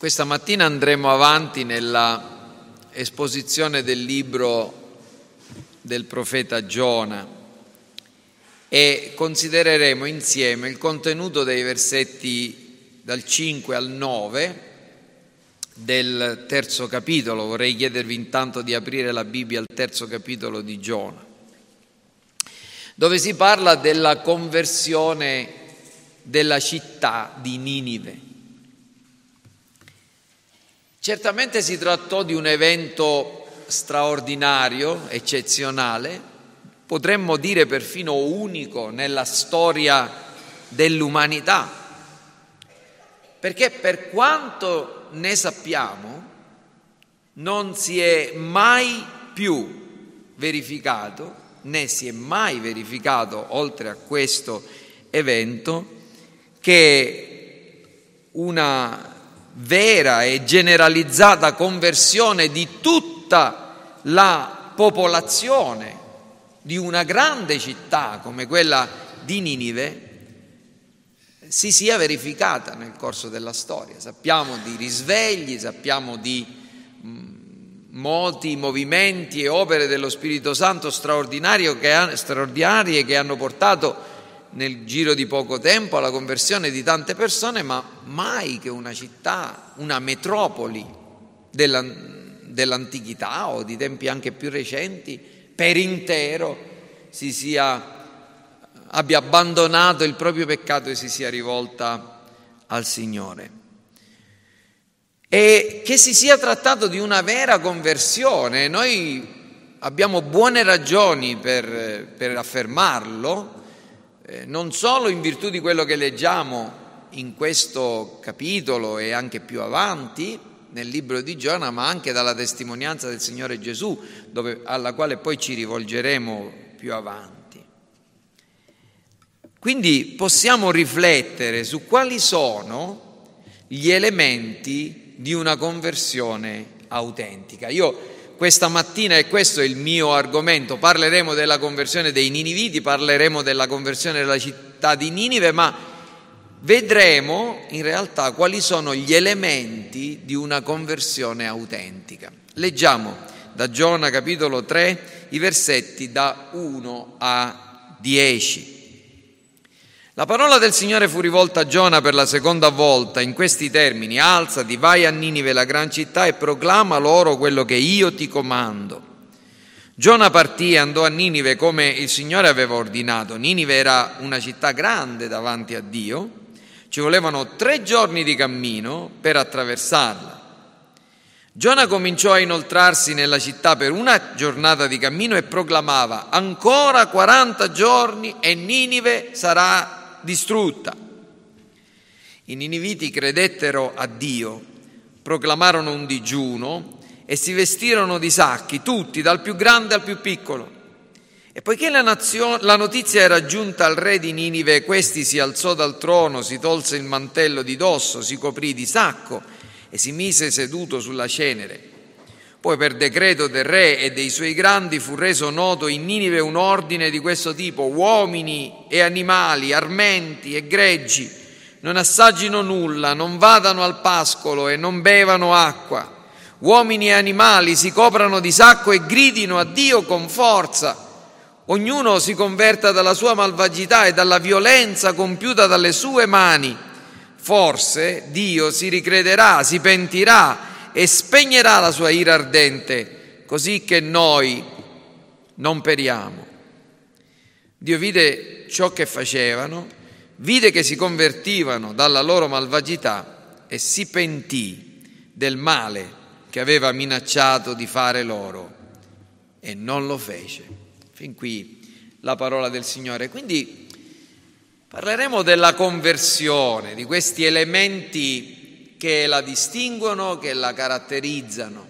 Questa mattina andremo avanti nella esposizione del libro del profeta Giona e considereremo insieme il contenuto dei versetti dal 5 al 9 del terzo capitolo. Vorrei chiedervi intanto di aprire la Bibbia al terzo capitolo di Giona, dove si parla della conversione della città di Ninive. Certamente si trattò di un evento straordinario, eccezionale, potremmo dire perfino unico nella storia dell'umanità, perché per quanto ne sappiamo non si è mai più verificato, né si è mai verificato oltre a questo evento, che una vera e generalizzata conversione di tutta la popolazione di una grande città come quella di Ninive si sia verificata nel corso della storia. Sappiamo di risvegli, sappiamo di moti, movimenti e opere dello Spirito Santo straordinarie che hanno portato nel giro di poco tempo alla conversione di tante persone, ma mai che una città, una metropoli dell'antichità o di tempi anche più recenti, per intero abbia abbandonato il proprio peccato e si sia rivolta al Signore. E che si sia trattato di una vera conversione, noi abbiamo buone ragioni per affermarlo, non solo in virtù di quello che leggiamo in questo capitolo e anche più avanti nel libro di Giona, ma anche dalla testimonianza del Signore Gesù, alla quale poi ci rivolgeremo più avanti. Quindi possiamo riflettere su quali sono gli elementi di una conversione autentica. Io questa mattina, e questo è il mio argomento, parleremo della conversione dei Niniviti, parleremo della conversione della città di Ninive, ma vedremo in realtà quali sono gli elementi di una conversione autentica. Leggiamo da Giona capitolo 3 i versetti da 1 a 10. La parola del Signore fu rivolta a Giona per la seconda volta in questi termini: alzati, vai a Ninive, la gran città, e proclama loro quello che io ti comando. Giona partì e andò a Ninive come il Signore aveva ordinato. Ninive era una città grande davanti a Dio, ci volevano 3 giorni di cammino per attraversarla. Giona cominciò a inoltrarsi nella città per 1 giornata di cammino e proclamava: ancora 40 giorni e Ninive sarà distrutta. I niniviti credettero a Dio, proclamarono un digiuno e si vestirono di sacchi, tutti, dal più grande al più piccolo. E poiché la notizia era giunta al re di Ninive, questi si alzò dal trono, si tolse il mantello di dosso, si coprì di sacco e si mise seduto sulla cenere. Poi per decreto del re e dei suoi grandi fu reso noto in Ninive un ordine di questo tipo: uomini e animali, armenti e greggi, non assaggino nulla, non vadano al pascolo e non bevano acqua. Uomini e animali si coprano di sacco e gridino a Dio con forza. Ognuno si converta dalla sua malvagità e dalla violenza compiuta dalle sue mani. Forse Dio si ricrederà, si pentirà e spegnerà la sua ira ardente, così che noi non periamo. Dio vide ciò che facevano, vide che si convertivano dalla loro malvagità e si pentì del male che aveva minacciato di fare loro e non lo fece. Fin qui la parola del Signore. Quindi parleremo della conversione, di questi elementi che la distinguono, che la caratterizzano.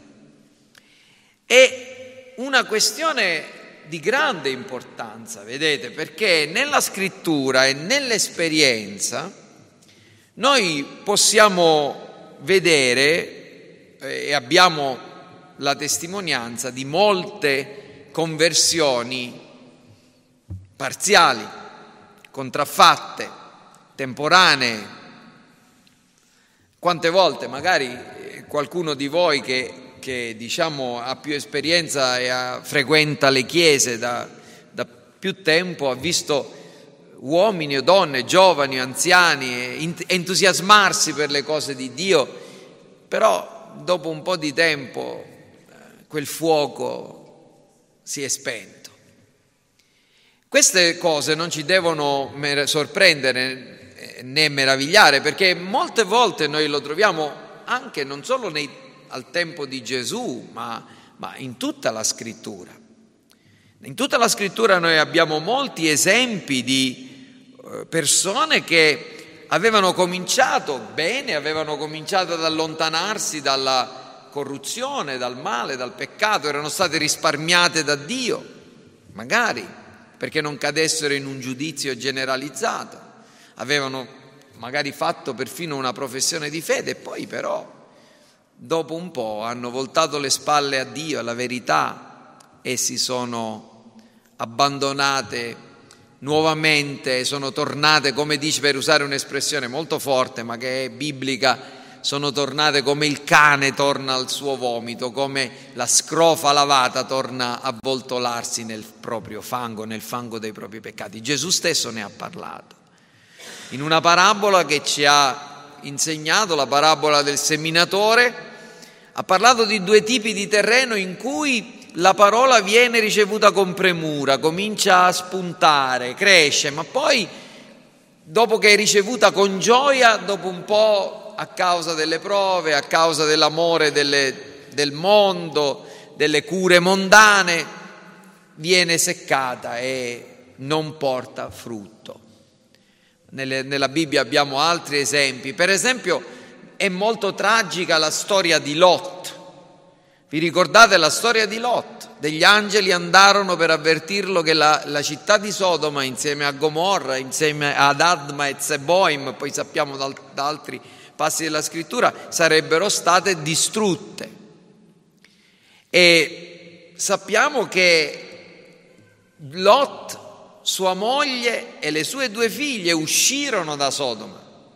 È una questione di grande importanza, vedete, perché nella scrittura e nell'esperienza noi possiamo vedere e abbiamo la testimonianza di molte conversioni parziali, contraffatte, temporanee, Quante volte magari qualcuno di voi che diciamo ha più esperienza e frequenta le chiese da più tempo ha visto uomini o donne, giovani o anziani entusiasmarsi per le cose di Dio, però dopo un po' di tempo quel fuoco si è spento. Queste cose non ci devono sorprendere né meravigliare, perché molte volte noi lo troviamo anche non solo al tempo di Gesù, ma in tutta la Scrittura. In tutta la Scrittura noi abbiamo molti esempi di persone che avevano cominciato bene, avevano cominciato ad allontanarsi dalla corruzione, dal male, dal peccato, erano state risparmiate da Dio, magari perché non cadessero in un giudizio generalizzato, avevano magari fatto perfino una professione di fede e poi però dopo un po' hanno voltato le spalle a Dio, alla verità, e si sono abbandonate nuovamente, sono tornate, come dice, per usare un'espressione molto forte ma che è biblica, sono tornate come il cane torna al suo vomito, come la scrofa lavata torna a voltolarsi nel proprio fango, nel fango dei propri peccati. Gesù stesso ne ha parlato in una parabola che ci ha insegnato, la parabola del seminatore. Ha parlato di due tipi di terreno in cui la parola viene ricevuta con premura, comincia a spuntare, cresce, ma poi dopo che è ricevuta con gioia, dopo un po', a causa delle prove, a causa dell'amore del mondo, delle cure mondane, viene seccata e non porta frutto. Nella Bibbia abbiamo altri esempi. Per esempio è molto tragica la storia di Lot. Vi ricordate la storia di Lot? Degli angeli andarono per avvertirlo che la città di Sodoma, insieme a Gomorra, insieme ad Adma e Zeboim, poi sappiamo da altri passi della scrittura, sarebbero state distrutte. E sappiamo che Lot, sua moglie e le sue 2 figlie uscirono da Sodoma.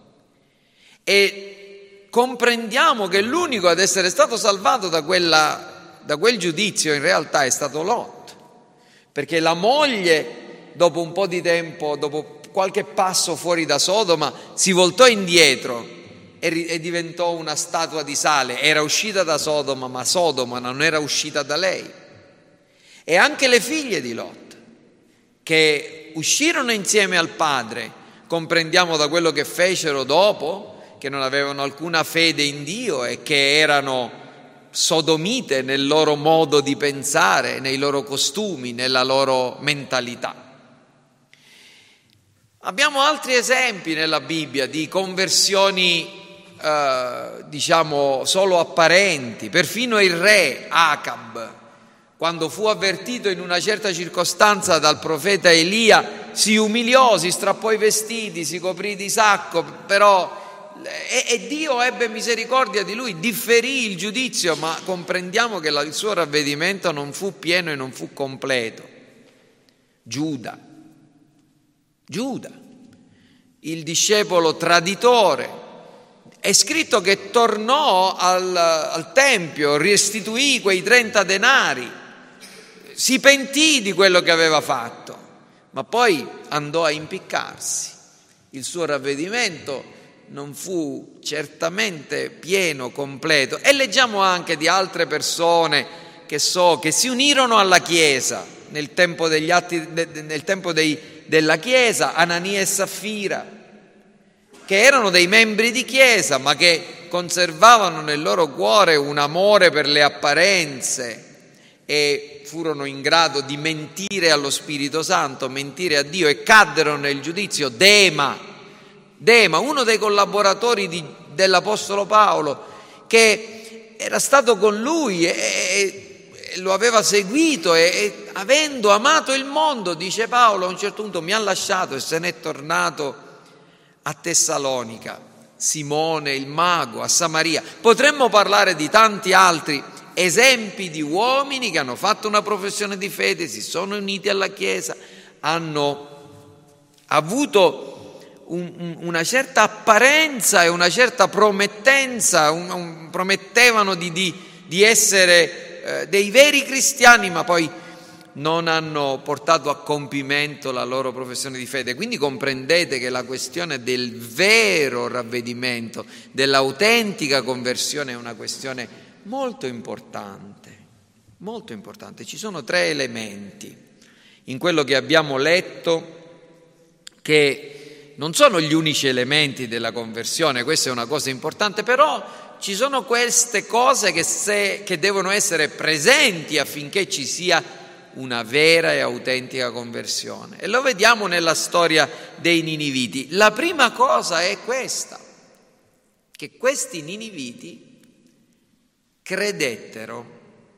E comprendiamo che l'unico ad essere stato salvato da quel giudizio in realtà è stato Lot, perché la moglie dopo un po' di tempo, dopo qualche passo fuori da Sodoma, si voltò indietro e diventò una statua di sale. Era uscita da Sodoma, ma Sodoma non era uscita da lei. E anche le figlie di Lot, che uscirono insieme al padre, comprendiamo da quello che fecero dopo, che non avevano alcuna fede in Dio e che erano sodomite nel loro modo di pensare, nei loro costumi, nella loro mentalità. Abbiamo altri esempi nella Bibbia di conversioni diciamo solo apparenti. Perfino il re Acab, quando fu avvertito in una certa circostanza dal profeta Elia, si umiliò, si strappò i vestiti, si coprì di sacco, però e Dio ebbe misericordia di lui, differì il giudizio, ma comprendiamo che il suo ravvedimento non fu pieno e non fu completo. Giuda, il discepolo traditore, è scritto che tornò al tempio, restituì quei 30 denari, si pentì di quello che aveva fatto, ma poi andò a impiccarsi. Il suo ravvedimento non fu certamente pieno, completo. E leggiamo anche di altre persone che si unirono alla Chiesa nel tempo della Chiesa, Anania e Saffira, che erano dei membri di Chiesa, ma che conservavano nel loro cuore un amore per le apparenze e furono in grado di mentire allo Spirito Santo, mentire a Dio, e caddero nel giudizio. Dema, uno dei collaboratori dell'Apostolo Paolo, che era stato con lui e lo aveva seguito e avendo amato il mondo, dice Paolo, a un certo punto mi ha lasciato e se n'è tornato a Tessalonica. Simone il mago a Samaria. Potremmo parlare di tanti altri esempi di uomini che hanno fatto una professione di fede, si sono uniti alla Chiesa, hanno avuto una certa apparenza e una certa promettenza, promettevano di essere dei veri cristiani, ma poi non hanno portato a compimento la loro professione di fede. Quindi comprendete che la questione del vero ravvedimento, dell'autentica conversione, è una questione molto importante, molto importante. Ci sono 3 elementi in quello che abbiamo letto che non sono gli unici elementi della conversione, questa è una cosa importante, però ci sono queste cose che devono essere presenti affinché ci sia una vera e autentica conversione. E lo vediamo nella storia dei Niniviti. La prima cosa è questa, che questi Niniviti credettero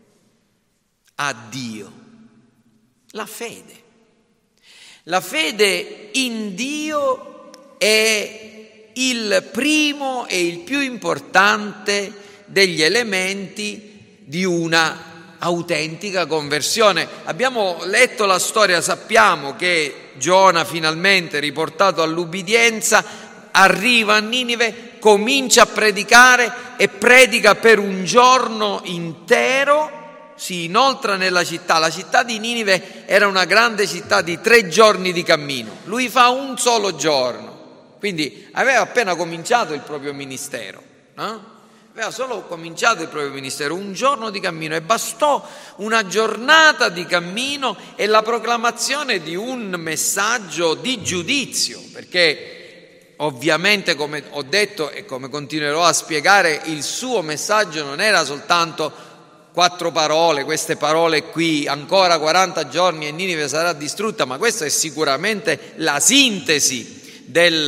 a Dio. La fede. La fede in Dio è il primo e il più importante degli elementi di una autentica conversione. Abbiamo letto la storia, sappiamo che Giona, finalmente riportato all'ubbidienza, arriva a Ninive, comincia a predicare e predica per un giorno intero, si inoltra nella città. La città di Ninive era una grande città di 3 giorni di cammino, lui fa un solo giorno, quindi aveva appena cominciato il proprio ministero, no? Aveva solo cominciato il proprio ministero, un giorno di cammino, e bastò una giornata di cammino e la proclamazione di un messaggio di giudizio, perché ovviamente, come ho detto e come continuerò a spiegare, il suo messaggio non era soltanto 4 parole, queste parole qui, ancora 40 giorni e Ninive sarà distrutta, ma questa è sicuramente la sintesi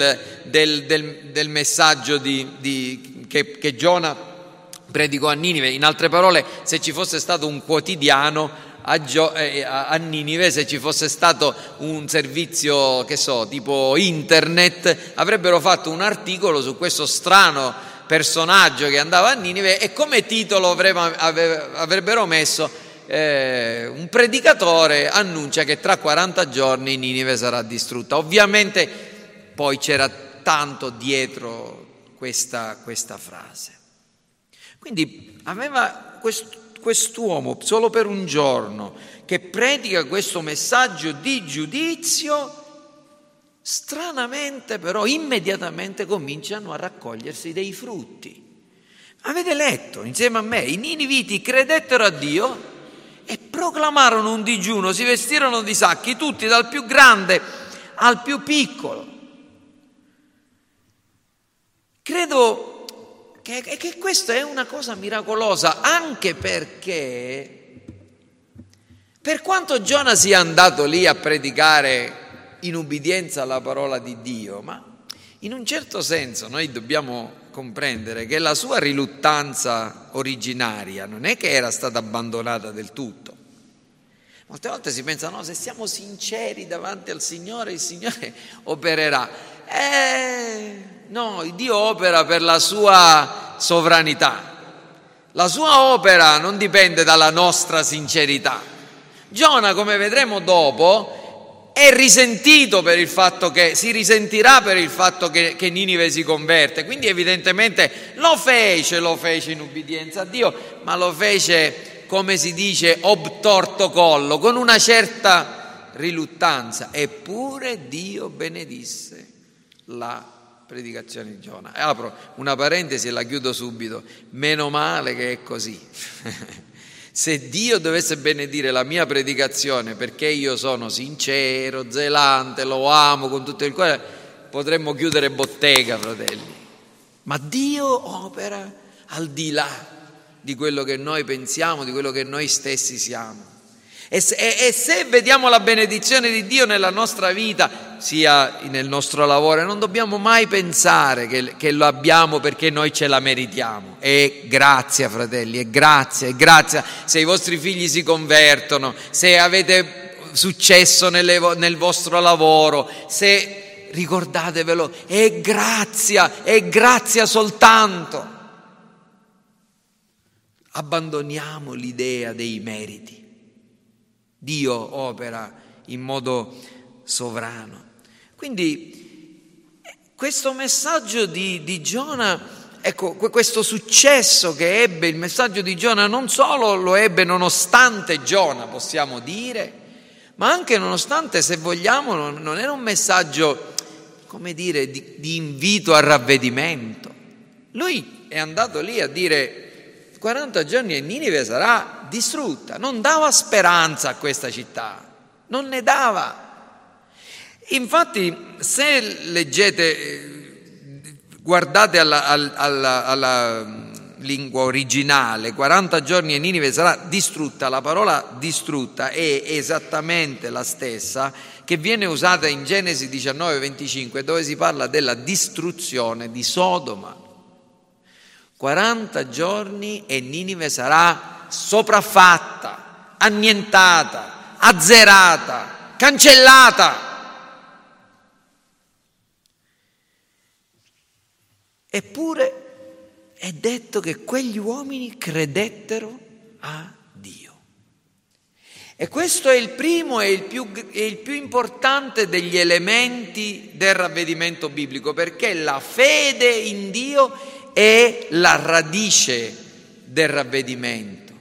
del messaggio che Giona predicò a Ninive. In altre parole, se ci fosse stato un quotidiano a Ninive, se ci fosse stato un servizio, che so, tipo internet, avrebbero fatto un articolo su questo strano personaggio che andava a Ninive e come titolo avrebbero messo un predicatore annuncia che tra 40 giorni Ninive sarà distrutta. Ovviamente poi c'era tanto dietro questa frase. Quindi aveva quest'uomo solo per un giorno che predica questo messaggio di giudizio. Stranamente però immediatamente cominciano a raccogliersi dei frutti. Avete letto insieme a me, i Niniviti credettero a Dio e proclamarono un digiuno, si vestirono di sacchi tutti, dal più grande al più piccolo. Credo che questa è una cosa miracolosa, anche perché per quanto Giona sia andato lì a predicare in ubbidienza alla parola di Dio, ma in un certo senso noi dobbiamo comprendere che la sua riluttanza originaria non è che era stata abbandonata del tutto. Molte volte si pensa, no, se siamo sinceri davanti al Signore, il Signore opererà. No, Dio opera per la sua sovranità. La sua opera non dipende dalla nostra sincerità. Giona, come vedremo dopo, è risentito per il fatto che si risentirà per il fatto che Ninive si converte, quindi evidentemente lo fece in ubbidienza a Dio, ma lo fece, come si dice, obtorto collo, con una certa riluttanza, eppure Dio benedisse la predicazione di Giona. Apro una parentesi e la chiudo subito, meno male che è così. Se Dio dovesse benedire la mia predicazione perché io sono sincero, zelante, lo amo con tutto il cuore, potremmo chiudere bottega, fratelli. Ma Dio opera al di là di quello che noi pensiamo, di quello che noi stessi siamo. E se vediamo la benedizione di Dio nella nostra vita, sia nel nostro lavoro, non dobbiamo mai pensare che lo abbiamo perché noi ce la meritiamo. E grazia, fratelli, e grazia se i vostri figli si convertono, se avete successo nel vostro lavoro, se ricordatevelo, è grazia soltanto. Abbandoniamo l'idea dei meriti. Dio opera in modo sovrano. Quindi questo messaggio di Giona, ecco, questo successo che ebbe il messaggio di Giona, non solo lo ebbe nonostante Giona, possiamo dire, ma anche nonostante, se vogliamo, non era un messaggio, come dire, di invito al ravvedimento. Lui è andato lì a dire 40 giorni e Ninive sarà distrutta. Non dava speranza a questa città, non ne dava. Infatti, se leggete, guardate alla lingua originale, 40 giorni e Ninive sarà distrutta, la parola distrutta è esattamente la stessa che viene usata in Genesi 19:25, dove si parla della distruzione di Sodoma. 40 giorni e Ninive sarà sopraffatta, annientata, azzerata, cancellata. Eppure è detto che quegli uomini credettero a Dio. E questo è il primo e il più importante degli elementi del ravvedimento biblico, perché la fede in Dio è la radice del ravvedimento.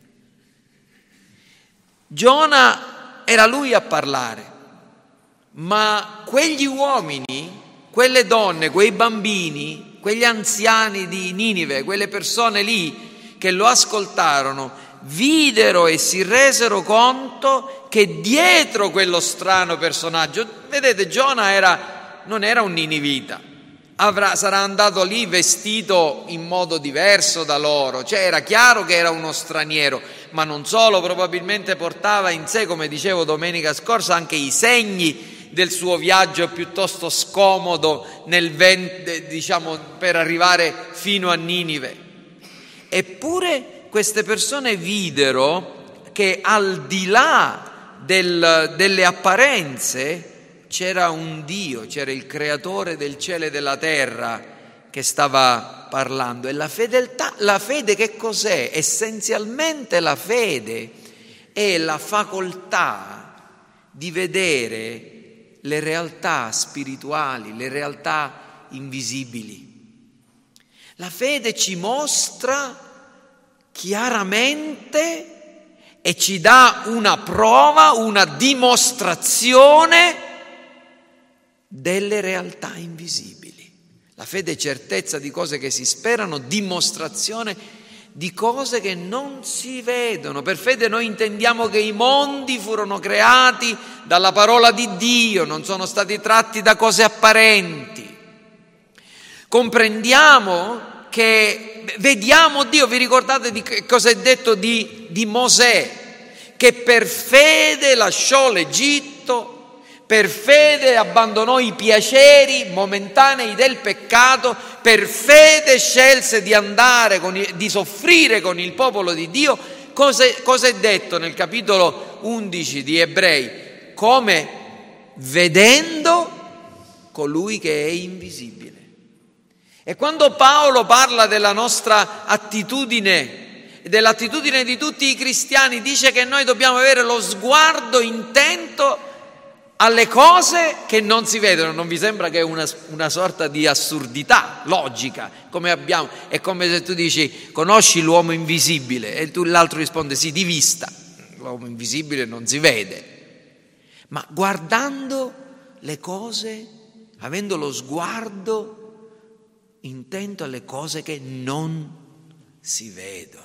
Giona era lui a parlare, ma quegli uomini, quelle donne, quei bambini, quegli anziani di Ninive, quelle persone lì che lo ascoltarono, videro e si resero conto che dietro quello strano personaggio, vedete, Giona non era un ninivita, sarà andato lì vestito in modo diverso da loro, cioè era chiaro che era uno straniero, ma non solo, probabilmente portava in sé, come dicevo domenica scorsa, anche i segni del suo viaggio piuttosto scomodo per arrivare fino a Ninive. Eppure queste persone videro che al di là delle apparenze c'era un Dio, c'era il creatore del cielo e della terra che stava parlando. E la fede che cos'è? Essenzialmente la fede è la facoltà di vedere le realtà spirituali, le realtà invisibili. La fede ci mostra chiaramente e ci dà una prova, una dimostrazione delle realtà invisibili. La fede è certezza di cose che si sperano, dimostrazione di cose che non si vedono. Per fede noi intendiamo che i mondi furono creati dalla parola di Dio, non sono stati tratti da cose apparenti. Comprendiamo che vediamo Dio. Vi ricordate di che cosa è detto di Mosè, che per fede lasciò l'Egitto, per fede abbandonò i piaceri momentanei del peccato, per fede scelse di andare, di soffrire con il popolo di Dio. Cosa è detto nel capitolo 11 di Ebrei? Come vedendo colui che è invisibile. E quando Paolo parla della nostra attitudine, dell'attitudine di tutti i cristiani, dice che noi dobbiamo avere lo sguardo intento alle cose che non si vedono. Non vi sembra che è una sorta di assurdità logica? È come se tu dici: conosci l'uomo invisibile? E l'altro risponde: sì, di vista. L'uomo invisibile non si vede. Ma guardando le cose, avendo lo sguardo intento alle cose che non si vedono.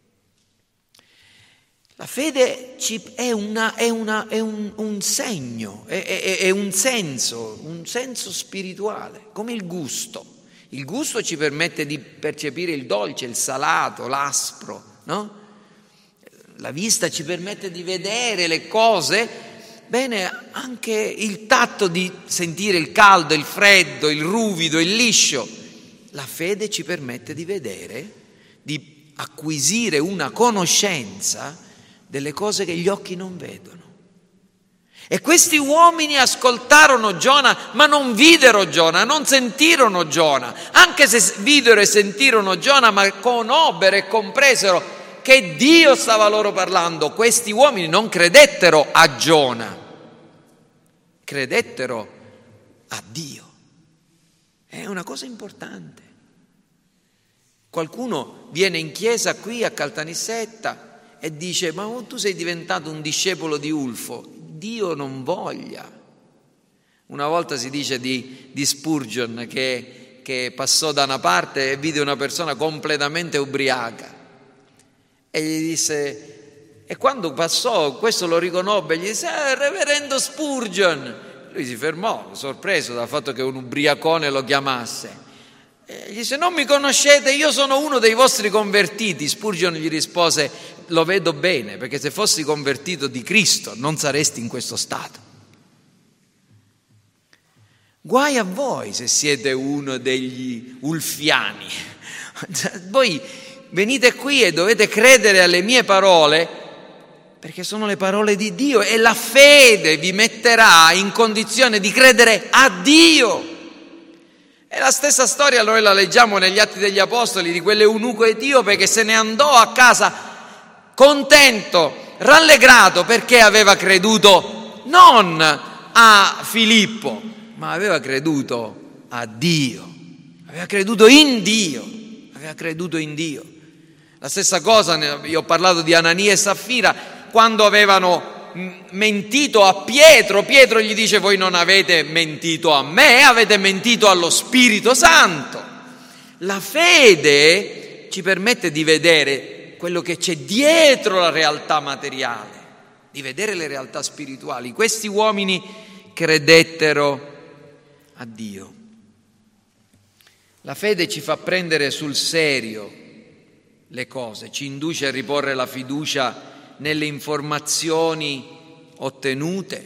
La fede è un segno, è un senso spirituale, come il gusto. Il gusto ci permette di percepire il dolce, il salato, l'aspro, no? La vista ci permette di vedere le cose. Bene, anche il tatto, di sentire il caldo, il freddo, il ruvido, il liscio. La fede ci permette di vedere, di acquisire una conoscenza delle cose che gli occhi non vedono. E questi uomini ascoltarono Giona, ma non videro Giona, non sentirono Giona. Anche se videro e sentirono Giona, ma conobbero e compresero che Dio stava loro parlando. Questi uomini non credettero a Giona, credettero a Dio. È una cosa importante. Qualcuno viene in chiesa qui a Caltanissetta e dice: ma tu sei diventato un discepolo di Ulfo. Dio non voglia. Una volta si dice di Spurgeon che passò da una parte e vide una persona completamente ubriaca e gli disse, e quando passò questo lo riconobbe, gli disse: reverendo Spurgeon. Lui si fermò, sorpreso dal fatto che un ubriacone lo chiamasse. Gli disse: non mi conoscete, io sono uno dei vostri convertiti. Spurgeon gli rispose: lo vedo bene, perché se fossi convertito di Cristo non saresti in questo stato. Guai a voi se siete uno degli ulfiani. Voi venite qui e dovete credere alle mie parole, perché sono le parole di Dio, e la fede vi metterà in condizione di credere a Dio. E la stessa storia noi la leggiamo negli Atti degli Apostoli di quell'eunuco etiope che se ne andò a casa contento, rallegrato, perché aveva creduto non a Filippo, ma aveva creduto a Dio, aveva creduto in Dio, aveva creduto in Dio. La stessa cosa, io ho parlato di Anania e Saffira, quando avevano mentito a Pietro gli dice: voi non avete mentito a me, avete mentito allo Spirito Santo. La fede ci permette di vedere quello che c'è dietro la realtà materiale, di vedere le realtà spirituali. Questi uomini credettero a Dio. La fede ci fa prendere sul serio le cose, ci induce a riporre la fiducia nelle informazioni ottenute.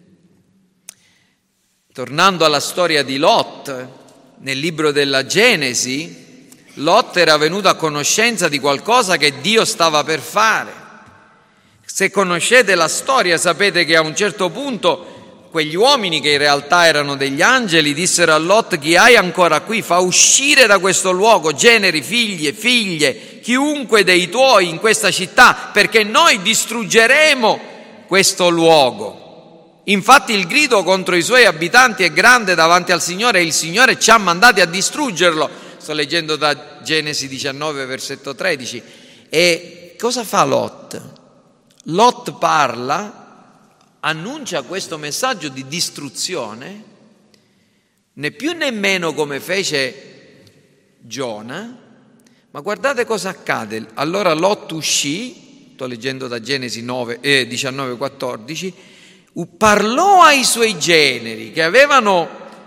Tornando alla storia di Lot, nel libro della Genesi, Lot era venuto a conoscenza di qualcosa che Dio stava per fare. Se conoscete la storia sapete che a un certo punto quegli uomini, che in realtà erano degli angeli, dissero a Lot: chi hai ancora qui, fa uscire da questo luogo generi, figli e figlie, chiunque dei tuoi in questa città, perché noi distruggeremo questo luogo. Infatti il grido contro i suoi abitanti è grande davanti al Signore e il Signore ci ha mandati a distruggerlo. Sto leggendo da Genesi 19, versetto 13. E cosa fa Lot? Lot parla, annuncia questo messaggio di distruzione, né più né meno come fece Giona, ma guardate cosa accade. Allora Lot uscì, sto leggendo da Genesi 19, 14, parlò ai suoi generi che avevano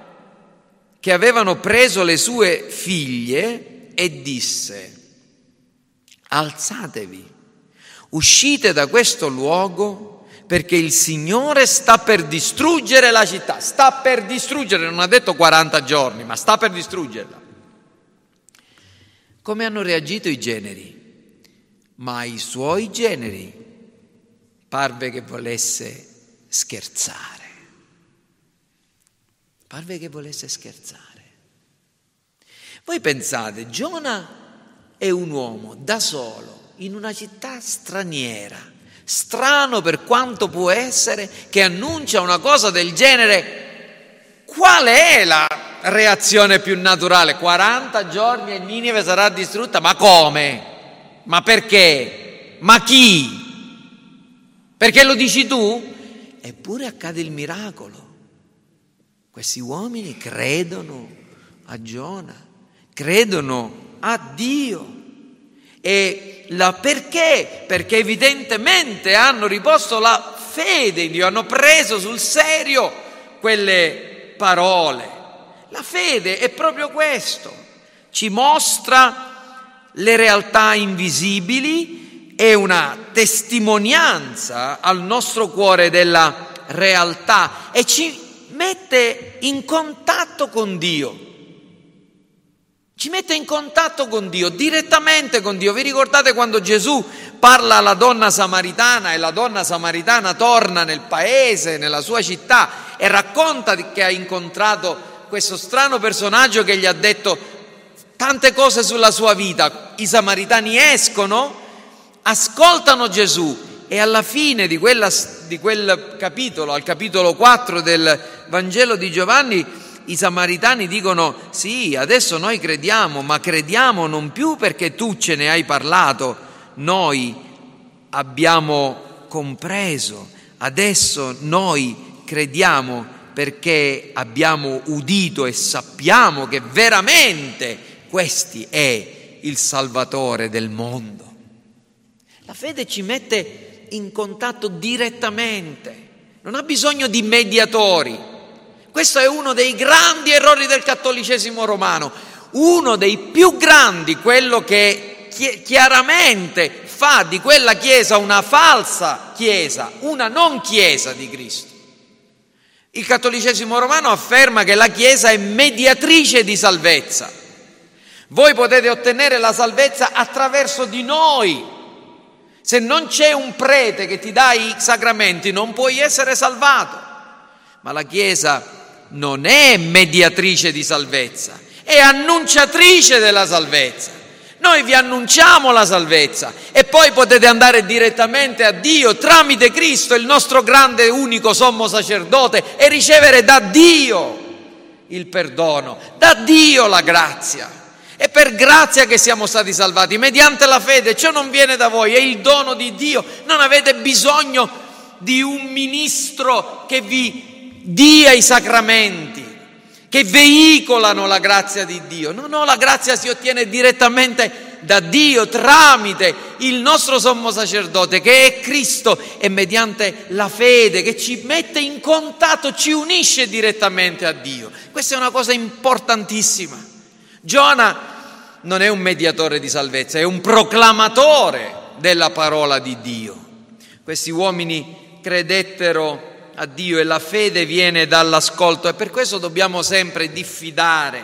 preso le sue figlie e disse: alzatevi, uscite da questo luogo, perché il Signore sta per distruggere la città. Sta per distruggere, non ha detto 40 giorni, ma sta per distruggerla. Come hanno reagito i generi? Ma ai suoi generi parve che volesse scherzare. Parve che volesse scherzare. Voi pensate, Giona è un uomo da solo in una città straniera, strano per quanto può essere, che annuncia una cosa del genere. Qual è la reazione più naturale? 40 giorni e Ninive sarà distrutta? Ma come? Ma perché? Ma chi? Perché lo dici tu? Eppure accade il miracolo. Questi uomini credono a Giona, credono a Dio. E perché? Perché evidentemente hanno riposto la fede in Dio, hanno preso sul serio quelle parole. La fede è proprio questo, ci mostra le realtà invisibili, è una testimonianza al nostro cuore della realtà e ci mette in contatto con Dio. Ci mette in contatto con Dio, direttamente con Dio. Vi ricordate quando Gesù parla alla donna samaritana e la donna samaritana torna nel paese, nella sua città, e racconta che ha incontrato questo strano personaggio che gli ha detto tante cose sulla sua vita. I samaritani escono, ascoltano Gesù e alla fine di quel capitolo, al capitolo 4 del Vangelo di Giovanni, i samaritani dicono: sì, adesso noi crediamo, ma crediamo non più perché tu ce ne hai parlato, noi abbiamo compreso, adesso noi crediamo perché abbiamo udito e sappiamo che veramente questi è il Salvatore del mondo. La fede ci mette in contatto direttamente, non ha bisogno di mediatori. Questo è uno dei grandi errori del cattolicesimo romano, uno dei più grandi, quello che chiaramente fa di quella chiesa una falsa chiesa, una non chiesa di Cristo. Il cattolicesimo romano afferma che la chiesa è mediatrice di salvezza. Voi potete ottenere la salvezza attraverso di noi. Se non c'è un prete che ti dà i sacramenti, non puoi essere salvato. Ma la Chiesa non è mediatrice di salvezza, è annunciatrice della salvezza. Noi vi annunciamo la salvezza e poi potete andare direttamente a Dio tramite Cristo, il nostro grande e unico sommo sacerdote, e ricevere da Dio il perdono, da Dio la grazia. È per grazia che siamo stati salvati, mediante la fede. Ciò non viene da voi, è il dono di Dio. Non avete bisogno di un ministro che vi dia i sacramenti, che veicolano la grazia di Dio. No, la grazia si ottiene direttamente da Dio tramite il nostro sommo sacerdote, che è Cristo, e mediante la fede che ci mette in contatto, ci unisce direttamente a Dio. Questa è una cosa importantissima. Giona non è un mediatore di salvezza, è un proclamatore della parola di Dio. Questi uomini credettero a Dio e la fede viene dall'ascolto, e per questo dobbiamo sempre diffidare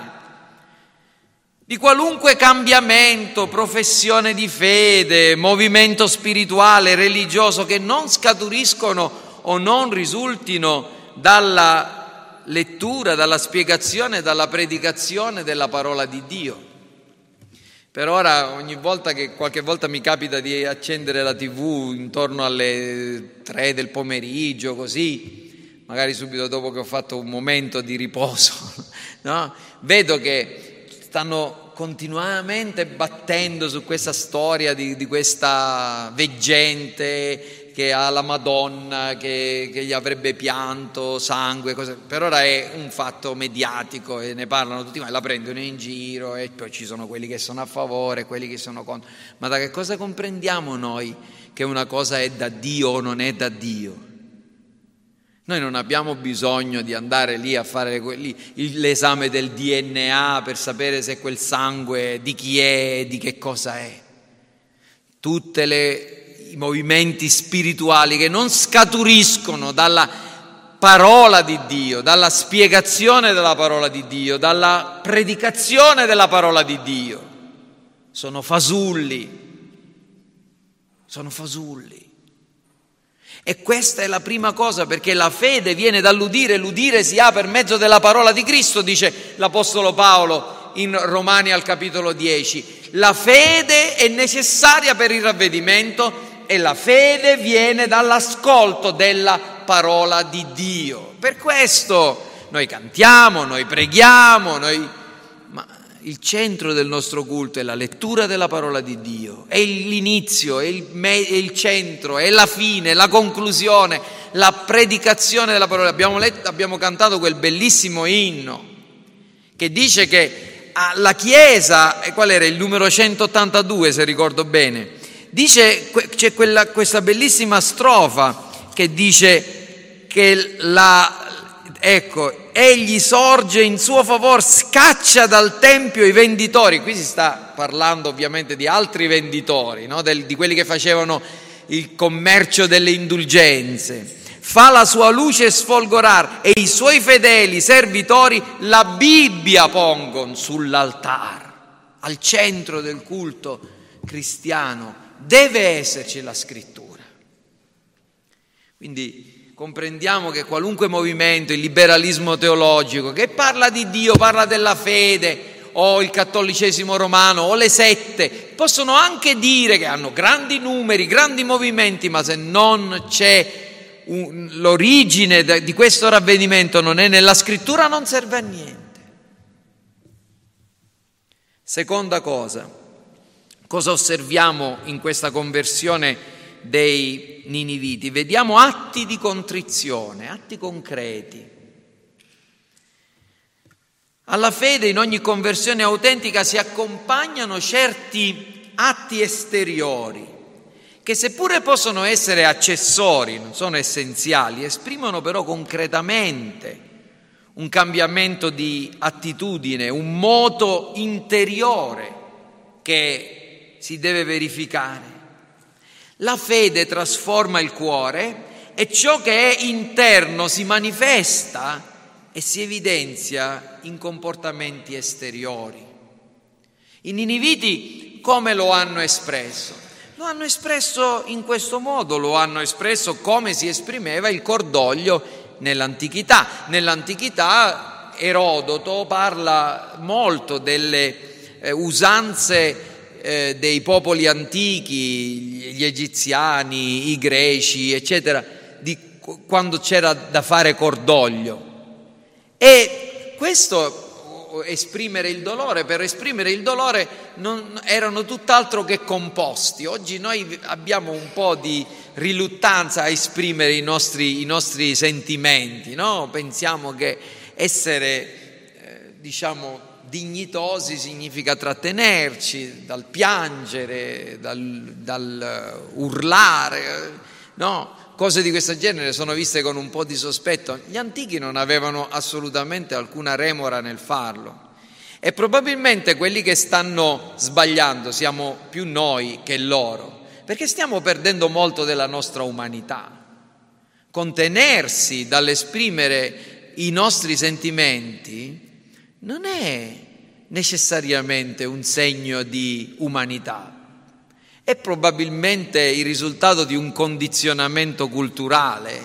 di qualunque cambiamento, professione di fede, movimento spirituale, religioso, che non scaturiscono o non risultino dalla lettura, dalla spiegazione, dalla predicazione della parola di Dio. Per ora, qualche volta mi capita di accendere la TV intorno alle 3 del pomeriggio, così, magari subito dopo che ho fatto un momento di riposo, no? Vedo che stanno continuamente battendo su questa storia di questa veggente che ha la Madonna, che gli avrebbe pianto sangue, cose. Per ora è un fatto mediatico e ne parlano tutti, ma la prendono in giro, e poi ci sono quelli che sono a favore, quelli che sono contro. Ma da che cosa comprendiamo noi che una cosa è da Dio o non è da Dio? Noi non abbiamo bisogno di andare lì a fare l'esame del DNA per sapere se quel sangue di chi è, di che cosa è. I movimenti spirituali che non scaturiscono dalla parola di Dio, dalla spiegazione della parola di Dio, dalla predicazione della parola di Dio, sono fasulli. E questa è la prima cosa, perché la fede viene dall'udire, l'udire si ha per mezzo della parola di Cristo, dice l'Apostolo Paolo in Romani al capitolo 10. La fede è necessaria per il ravvedimento, e la fede viene dall'ascolto della parola di Dio. Per questo noi cantiamo, noi preghiamo, ma il centro del nostro culto è la lettura della parola di Dio, è l'inizio, è il centro, è la fine, la conclusione, la predicazione della parola. Abbiamo cantato quel bellissimo inno che dice che la Chiesa, qual era il numero 182 se ricordo bene, dice, c'è questa bellissima strofa che dice che egli sorge in suo favor, scaccia dal tempio i venditori. Qui si sta parlando ovviamente di altri venditori, no? Di quelli che facevano il commercio delle indulgenze. Fa la sua luce sfolgorar, e i suoi fedeli servitori la Bibbia pongon sull'altar. Al centro del culto cristiano deve esserci la scrittura. Quindi comprendiamo che qualunque movimento, il liberalismo teologico, che parla di Dio, parla della fede, o il cattolicesimo romano, o le sette, possono anche dire che hanno grandi numeri, grandi movimenti, ma se non c'è l'origine di questo ravvedimento non è nella scrittura, non serve a niente. Seconda cosa osserviamo in questa conversione dei niniviti? Vediamo atti di contrizione, atti concreti. Alla fede in ogni conversione autentica si accompagnano certi atti esteriori che, seppure possono essere accessori, non sono essenziali, esprimono però concretamente un cambiamento di attitudine, un moto interiore che si deve verificare. La fede trasforma il cuore e ciò che è interno si manifesta e si evidenzia in comportamenti esteriori. I niniviti come lo hanno espresso? Lo hanno espresso in questo modo, lo hanno espresso come si esprimeva il cordoglio nell'antichità. Nell'antichità Erodoto parla molto delle usanze dei popoli antichi, gli egiziani, i greci, eccetera, di quando c'era da fare cordoglio. E questo esprimere il dolore, per esprimere il dolore non erano tutt'altro che composti. Oggi noi abbiamo un po' di riluttanza a esprimere i nostri sentimenti, no? Pensiamo che essere, dignitosi significa trattenerci dal piangere, dal urlare, no? Cose di questo genere sono viste con un po' di sospetto. Gli antichi non avevano assolutamente alcuna remora nel farlo. E probabilmente quelli che stanno sbagliando siamo più noi che loro, perché stiamo perdendo molto della nostra umanità. Contenersi dall'esprimere i nostri sentimenti non è necessariamente un segno di umanità. È probabilmente il risultato di un condizionamento culturale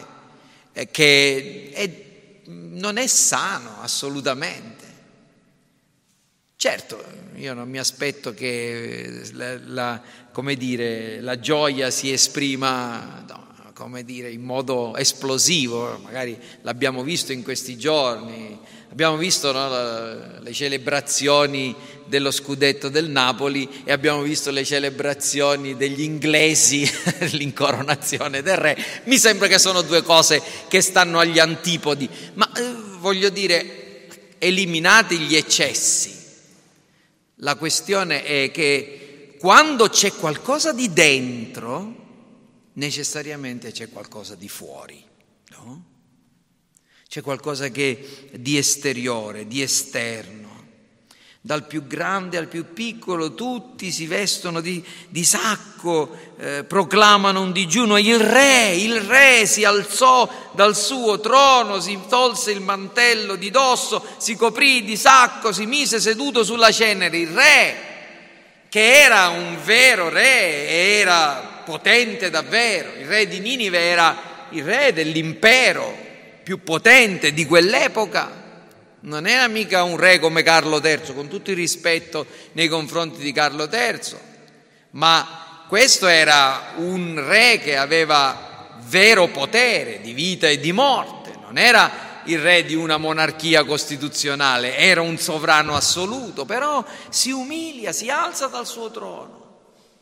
che non è sano assolutamente. Certo, io non mi aspetto che la gioia si esprima in modo esplosivo, magari l'abbiamo visto in questi giorni, abbiamo visto le celebrazioni dello scudetto del Napoli e abbiamo visto le celebrazioni degli inglesi, l'incoronazione del re. Mi sembra che sono due cose che stanno agli antipodi, ma voglio dire, eliminati gli eccessi. La questione è che quando c'è qualcosa di dentro, necessariamente c'è qualcosa di fuori, no? C'è qualcosa che di esteriore, di esterno. Dal più grande al più piccolo tutti si vestono di sacco, proclamano un digiuno. Il re si alzò dal suo trono, si tolse il mantello di dosso, si coprì di sacco, si mise seduto sulla cenere. Il re, che era un vero re, era potente davvero. Il re di Ninive era il re dell'impero più potente di quell'epoca. Non era mica un re come Carlo III, con tutto il rispetto nei confronti di Carlo III, ma questo era un re che aveva vero potere di vita e di morte. Non era il re di una monarchia costituzionale, era un sovrano assoluto, però si umilia, si alza dal suo trono.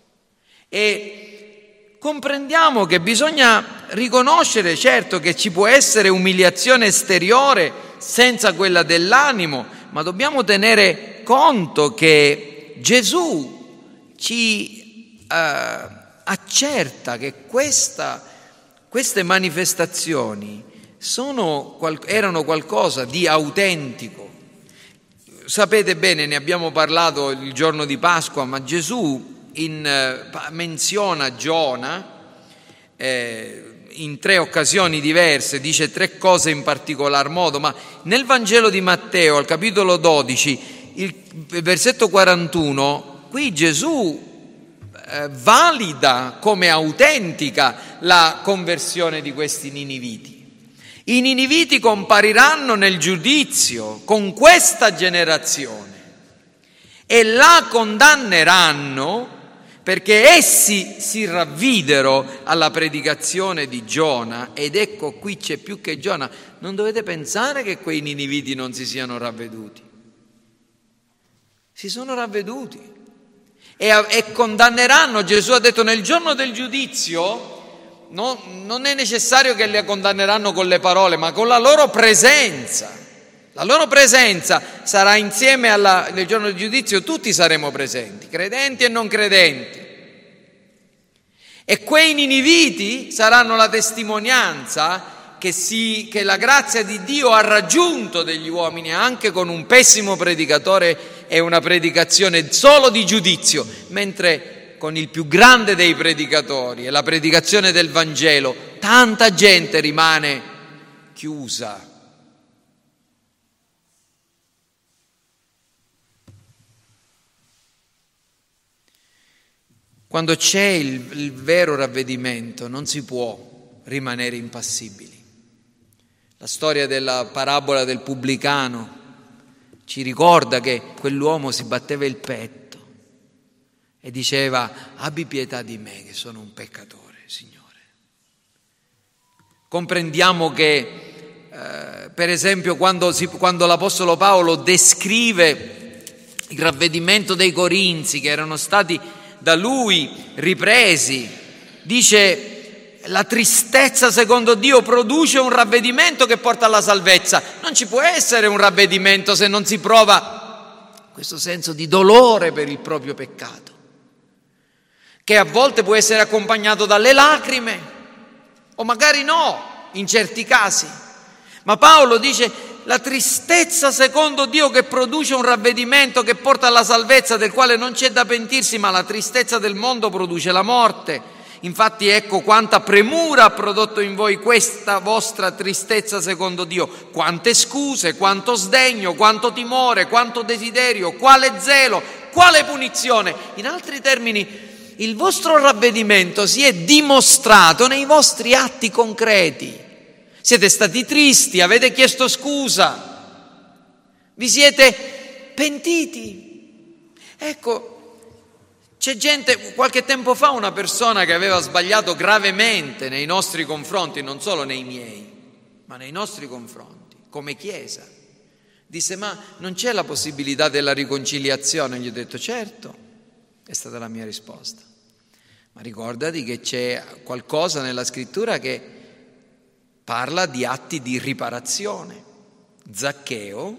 E comprendiamo che bisogna riconoscere, certo, che ci può essere umiliazione esteriore senza quella dell'animo, ma dobbiamo tenere conto che Gesù ci accerta che queste manifestazioni erano qualcosa di autentico. Sapete bene, ne abbiamo parlato il giorno di Pasqua, ma Gesù menziona Giona in 3 occasioni diverse, dice 3 cose in particolar modo, ma nel Vangelo di Matteo, al capitolo 12, il versetto 41, qui Gesù valida come autentica la conversione di questi niniviti. I niniviti compariranno nel giudizio con questa generazione e la condanneranno perché essi si ravvidero alla predicazione di Giona, ed ecco qui c'è più che Giona. Non dovete pensare che quei niniviti non si siano ravveduti. Si sono ravveduti e condanneranno. Gesù ha detto: nel giorno del giudizio non è necessario che li condanneranno con le parole, ma con la loro presenza. La loro presenza sarà insieme nel giorno del giudizio, tutti saremo presenti, credenti e non credenti. E quei niniviti saranno la testimonianza che la grazia di Dio ha raggiunto degli uomini anche con un pessimo predicatore e una predicazione solo di giudizio, mentre con il più grande dei predicatori e la predicazione del Vangelo tanta gente rimane chiusa. Quando c'è il vero ravvedimento non si può rimanere impassibili. La storia della parabola del pubblicano ci ricorda che quell'uomo si batteva il petto e diceva: abbi pietà di me che sono un peccatore, Signore. Comprendiamo che per esempio quando l'Apostolo Paolo descrive il ravvedimento dei Corinzi, che erano stati da lui ripresi, dice: la tristezza secondo Dio produce un ravvedimento che porta alla salvezza. Non ci può essere un ravvedimento se non si prova questo senso di dolore per il proprio peccato, che a volte può essere accompagnato dalle lacrime, o magari no, in certi casi. Ma Paolo dice: la tristezza secondo Dio che produce un ravvedimento che porta alla salvezza, del quale non c'è da pentirsi, ma la tristezza del mondo produce la morte. Infatti ecco quanta premura ha prodotto in voi questa vostra tristezza secondo Dio, quante scuse, quanto sdegno, quanto timore, quanto desiderio, quale zelo, quale punizione. In altri termini, il vostro ravvedimento si è dimostrato nei vostri atti concreti. Siete stati tristi, avete chiesto scusa, vi siete pentiti. Ecco, c'è gente, qualche tempo fa una persona che aveva sbagliato gravemente nei nostri confronti, non solo nei miei, ma nei nostri confronti, come Chiesa, disse: ma non c'è la possibilità della riconciliazione? Gli ho detto: certo, è stata la mia risposta, ma ricordati che c'è qualcosa nella scrittura che parla di atti di riparazione. Zaccheo,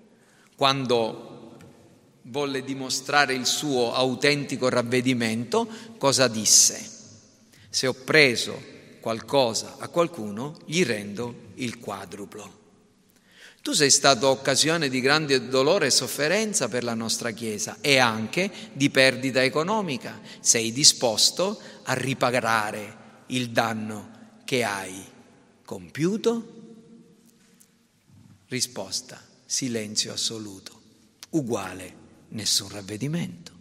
quando volle dimostrare il suo autentico ravvedimento, cosa disse? Se ho preso qualcosa a qualcuno, gli rendo il quadruplo. Tu sei stato occasione di grande dolore e sofferenza per la nostra Chiesa e anche di perdita economica. Sei disposto a riparare il danno che hai compiuto? Risposta: silenzio assoluto, uguale nessun ravvedimento.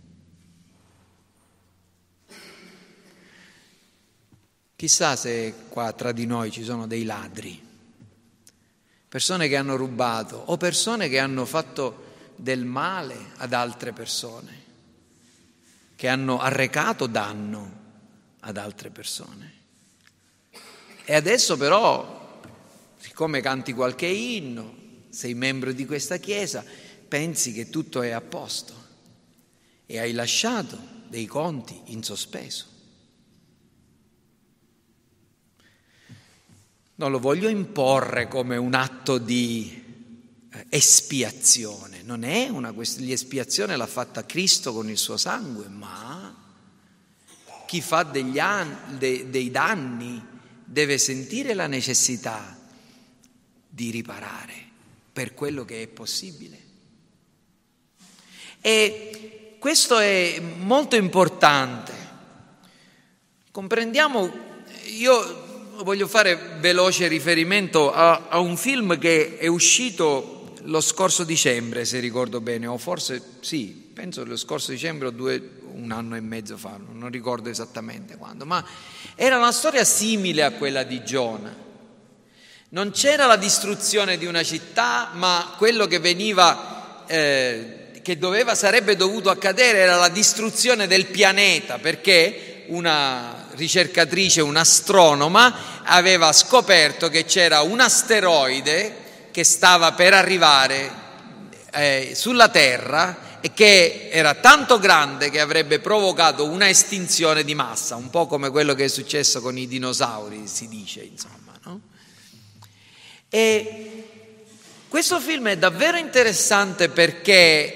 Chissà se qua tra di noi ci sono dei ladri, persone che hanno rubato o persone che hanno fatto del male ad altre persone, che hanno arrecato danno ad altre persone. E adesso però, siccome canti qualche inno, sei membro di questa Chiesa, pensi che tutto è a posto e hai lasciato dei conti in sospeso. Non lo voglio imporre come un atto di espiazione, non è una questione di espiazione, l'ha fatta Cristo con il suo sangue, ma chi fa dei danni deve sentire la necessità di riparare per quello che è possibile. E questo è molto importante. Comprendiamo, io voglio fare veloce riferimento a un film che è uscito lo scorso dicembre, se ricordo bene, o forse sì, penso lo scorso dicembre o un anno e mezzo fa, non ricordo esattamente quando, ma era una storia simile a quella di Giona. Non c'era la distruzione di una città, ma quello che veniva che sarebbe dovuto accadere era la distruzione del pianeta, perché una ricercatrice, un'astronoma, aveva scoperto che c'era un asteroide che stava per arrivare sulla Terra e che era tanto grande che avrebbe provocato una estinzione di massa, un po' come quello che è successo con i dinosauri, si dice, insomma, no? E questo film è davvero interessante perché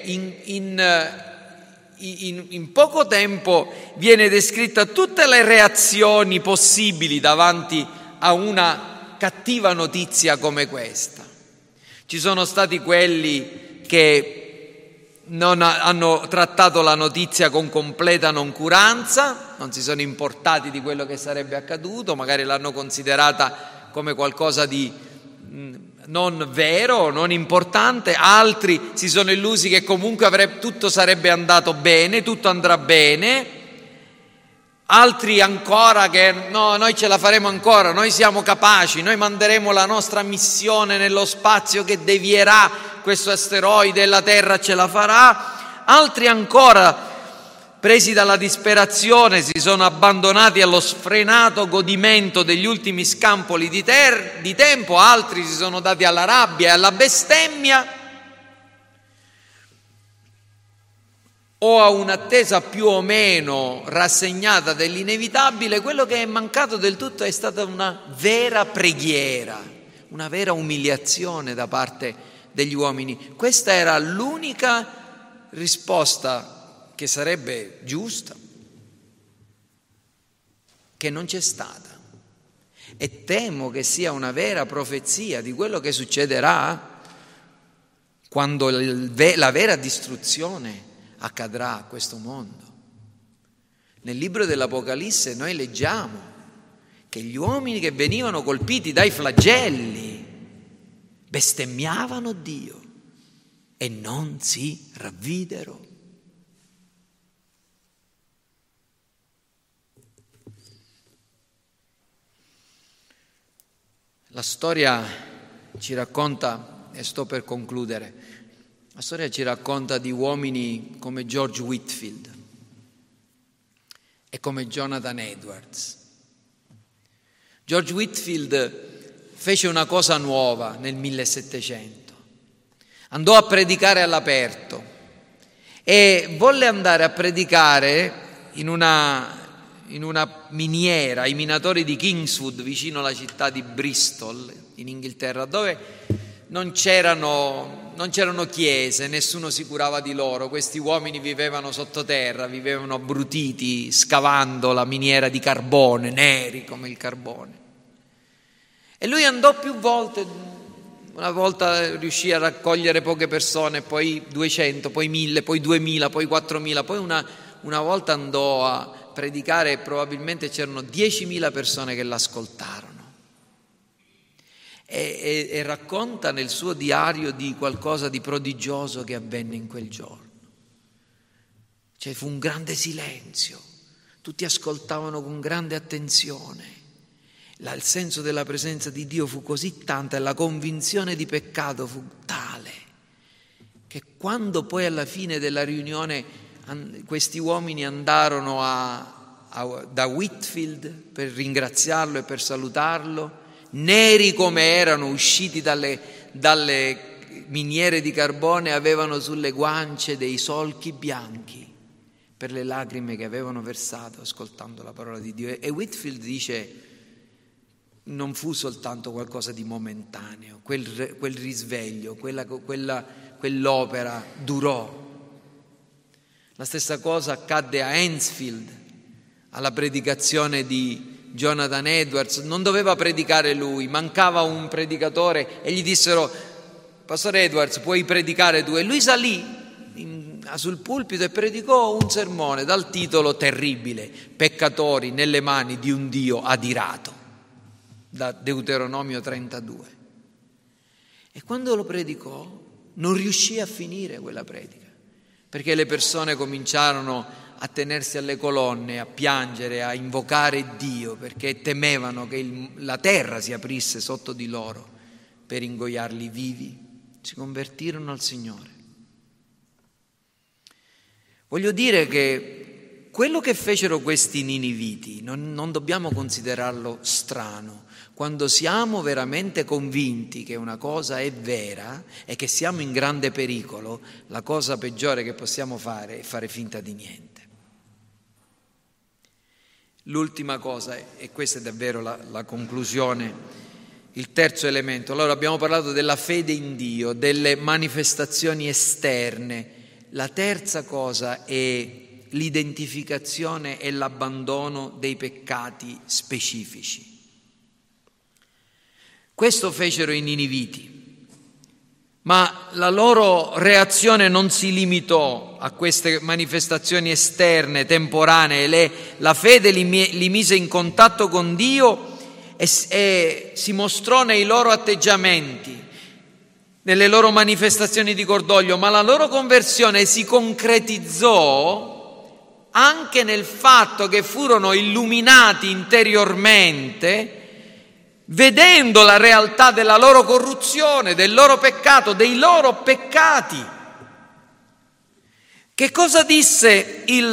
in poco tempo viene descritta tutte le reazioni possibili davanti a una cattiva notizia come questa. Ci sono stati quelli che non hanno trattato la notizia con completa noncuranza, non si sono importati di quello che sarebbe accaduto, magari l'hanno considerata come qualcosa di non vero, non importante. Altri si sono illusi che comunque tutto sarebbe andato bene, tutto andrà bene. Altri ancora che no, noi ce la faremo ancora, noi siamo capaci, noi manderemo la nostra missione nello spazio che devierà questo asteroide e la Terra ce la farà. Altri ancora, presi dalla disperazione, si sono abbandonati allo sfrenato godimento degli ultimi scampoli di tempo. Altri si sono dati alla rabbia e alla bestemmia, o a un'attesa più o meno rassegnata dell'inevitabile. Quello che è mancato del tutto è stata una vera preghiera, una vera umiliazione da parte degli uomini. Questa era l'unica risposta che sarebbe giusta, che non c'è stata. E temo che sia una vera profezia di quello che succederà quando la vera distruzione accadrà a questo mondo. Nel libro dell'Apocalisse noi leggiamo che gli uomini che venivano colpiti dai flagelli bestemmiavano Dio e non si ravvidero. La storia ci racconta, e sto per concludere, la storia ci racconta di uomini come George Whitefield e come Jonathan Edwards. George Whitefield fece una cosa nuova nel 1700. Andò a predicare all'aperto e volle andare a predicare in una miniera, ai minatori di Kingswood, vicino alla città di Bristol, in Inghilterra, dove non c'erano chiese, nessuno si curava di loro. Questi uomini vivevano sottoterra, vivevano abbrutiti, scavando la miniera di carbone, neri come il carbone. E lui andò più volte, una volta riuscì a raccogliere poche persone, poi 200, poi 1000, poi 2000, poi 4000, poi una volta andò a predicare e probabilmente c'erano 10.000 persone che l'ascoltarono. E racconta nel suo diario di qualcosa di prodigioso che avvenne in quel giorno. Cioè fu un grande silenzio, tutti ascoltavano con grande attenzione. Il senso della presenza di Dio fu così tanta e la convinzione di peccato fu tale che quando poi alla fine della riunione questi uomini andarono da Whitefield per ringraziarlo e per salutarlo, neri come erano, usciti dalle miniere di carbone, avevano sulle guance dei solchi bianchi per le lacrime che avevano versato ascoltando la parola di Dio. E Whitefield dice: non fu soltanto qualcosa di momentaneo, quel risveglio, quell'opera durò. La stessa cosa accadde a Hensfield, alla predicazione di Jonathan Edwards. Non doveva predicare lui, mancava un predicatore e gli dissero: Pastore Edwards, puoi predicare tu? E lui salì sul pulpito e predicò un sermone dal titolo terribile: Peccatori nelle mani di un Dio adirato, da Deuteronomio 32. E quando lo predicò non riuscì a finire quella predica, perché le persone cominciarono a tenersi alle colonne, a piangere, a invocare Dio, perché temevano che la terra si aprisse sotto di loro per ingoiarli vivi. Si convertirono al Signore. Voglio dire che quello che fecero questi niniviti non dobbiamo considerarlo strano. Quando siamo veramente convinti che una cosa è vera e che siamo in grande pericolo, la cosa peggiore che possiamo fare è fare finta di niente. L'ultima cosa, e questa è davvero la conclusione, il terzo elemento. Allora abbiamo parlato della fede in Dio, delle manifestazioni esterne. La terza cosa è l'identificazione e l'abbandono dei peccati specifici. Questo fecero i niniviti, ma la loro reazione non si limitò a queste manifestazioni esterne, temporanee. La fede li mise in contatto con Dio e si mostrò nei loro atteggiamenti, nelle loro manifestazioni di cordoglio, ma la loro conversione si concretizzò anche nel fatto che furono illuminati interiormente, vedendo la realtà della loro corruzione, del loro peccato, dei loro peccati. Che cosa disse il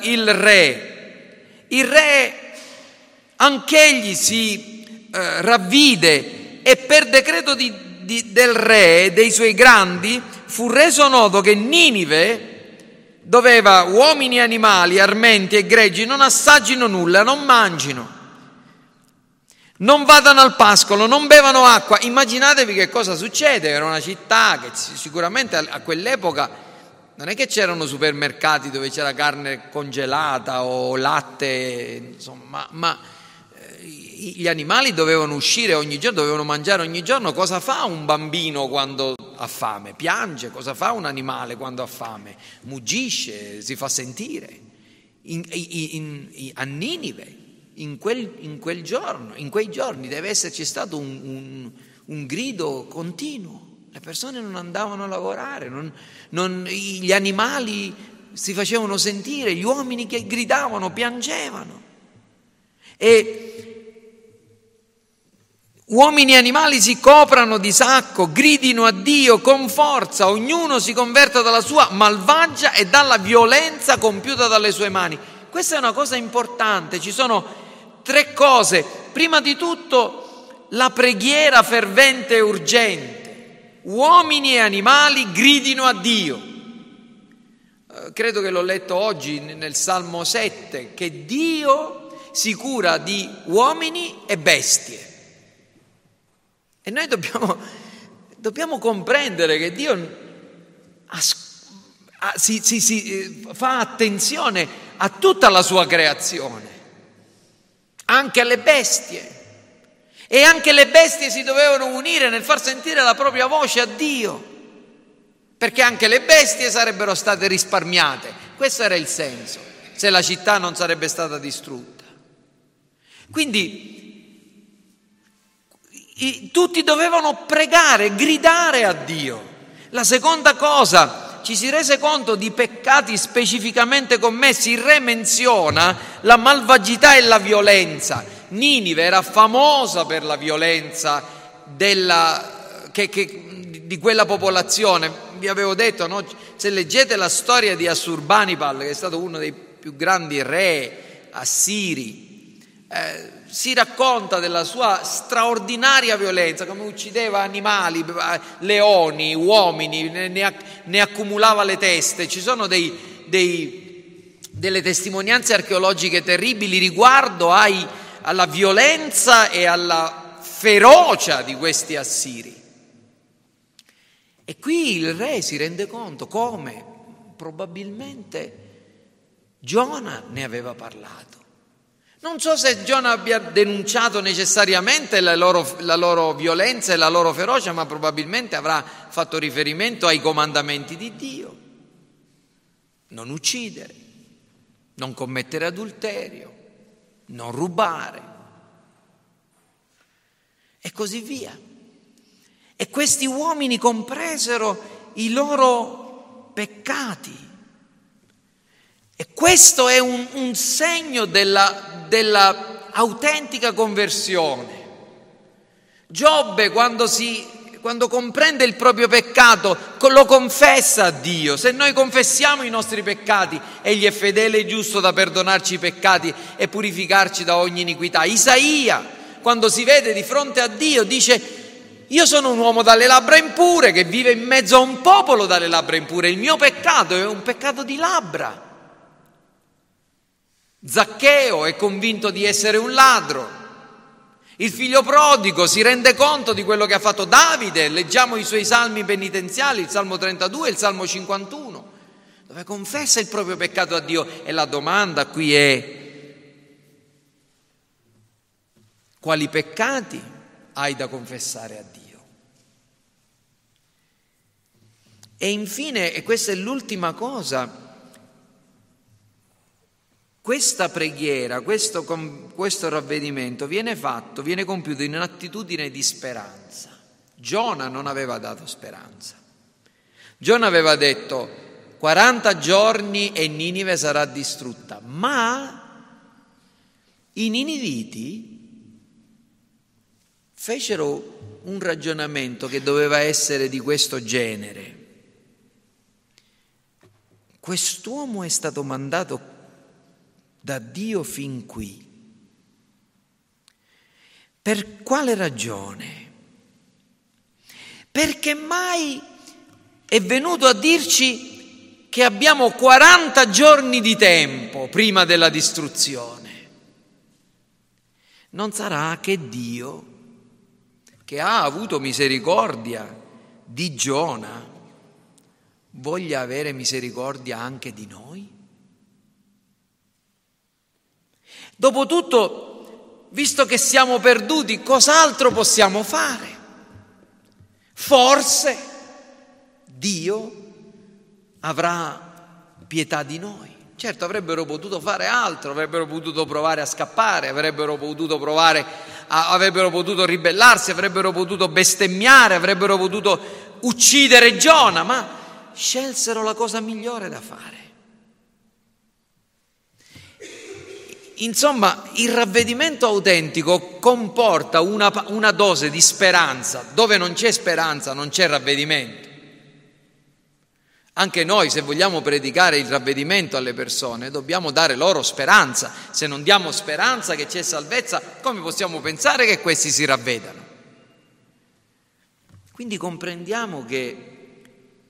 re? Il re, anch'egli si ravvide e per decreto del re e dei suoi grandi fu reso noto che Ninive doveva uomini, animali, armenti e greggi non assaggino nulla, non mangino, non vadano al pascolo, non bevano acqua. Immaginatevi che cosa succede. Era una città che sicuramente a quell'epoca non è che c'erano supermercati dove c'era carne congelata o latte, insomma, ma gli animali dovevano uscire ogni giorno, dovevano mangiare ogni giorno. Cosa fa un bambino quando ha fame? Piange. Cosa fa un animale quando ha fame? Muggisce, si fa sentire. A Ninive, in quei giorni deve esserci stato un grido continuo. Le persone non andavano a lavorare, gli animali si facevano sentire, gli uomini che gridavano, piangevano. E uomini e animali si coprano di sacco, gridino a Dio con forza, ognuno si converta dalla sua malvagia e dalla violenza compiuta dalle sue mani. Questa è una cosa importante. Ci sono 3 cose. Prima di tutto la preghiera fervente e urgente. Uomini e animali gridino a Dio. Credo che l'ho letto oggi nel Salmo 7, che Dio si cura di uomini e bestie. E noi dobbiamo comprendere che Dio si fa attenzione a tutta la sua creazione, anche alle bestie. E anche le bestie si dovevano unire nel far sentire la propria voce a Dio, perché anche le bestie sarebbero state risparmiate. Questo era il senso, se la città non sarebbe stata distrutta. Quindi tutti dovevano pregare, gridare a Dio. La seconda cosa, ci si rese conto di peccati specificamente commessi. Il re menziona la malvagità e la violenza. Ninive era famosa per la violenza di quella popolazione. Vi avevo detto, no? Se leggete la storia di Assurbanipal, che è stato uno dei più grandi re assiri, si racconta della sua straordinaria violenza, come uccideva animali, leoni, uomini, ne accumulava le teste. Ci sono delle testimonianze archeologiche terribili riguardo alla violenza e alla ferocia di questi assiri. E qui il re si rende conto come probabilmente Giona ne aveva parlato. Non so se Giona abbia denunciato necessariamente la loro violenza e la loro ferocia, ma probabilmente avrà fatto riferimento ai comandamenti di Dio. Non uccidere, non commettere adulterio, non rubare e così via. E questi uomini compresero i loro peccati. E questo è un segno della autentica conversione. Giobbe, quando si quando comprende il proprio peccato, lo confessa a Dio. Se noi confessiamo i nostri peccati, Egli è fedele e giusto da perdonarci i peccati e purificarci da ogni iniquità. Isaia, quando si vede di fronte a Dio, dice: io sono un uomo dalle labbra impure che vive in mezzo a un popolo dalle labbra impure. Il mio peccato è un peccato di labbra. Zaccheo è convinto di essere un ladro. Il figlio prodigo si rende conto di quello che ha fatto. Davide, leggiamo i suoi salmi penitenziali, il Salmo 32 e il Salmo 51, dove confessa il proprio peccato a Dio. E la domanda qui è: quali peccati hai da confessare a Dio? E infine, e questa è l'ultima cosa, questa preghiera, questo ravvedimento viene compiuto in un'attitudine di speranza. Giona non aveva dato speranza. Giona aveva detto: 40 giorni e Ninive sarà distrutta. Ma i niniviti fecero un ragionamento che doveva essere di questo genere: quest'uomo è stato mandato da Dio fin qui. Per quale ragione? Perché mai è venuto a dirci che abbiamo 40 giorni di tempo prima della distruzione? Non sarà che Dio, che ha avuto misericordia di Giona, voglia avere misericordia anche di noi? Dopotutto, visto che siamo perduti, cos'altro possiamo fare? Forse Dio avrà pietà di noi. Certo, avrebbero potuto fare altro, avrebbero potuto provare a scappare, avrebbero potuto ribellarsi, avrebbero potuto bestemmiare, avrebbero potuto uccidere Giona, ma scelsero la cosa migliore da fare. Insomma, il ravvedimento autentico comporta una dose di speranza. Dove non c'è speranza non c'è ravvedimento. Anche noi, se vogliamo predicare il ravvedimento alle persone, dobbiamo dare loro speranza. Se non diamo speranza che c'è salvezza, come possiamo pensare che questi si ravvedano? Quindi comprendiamo che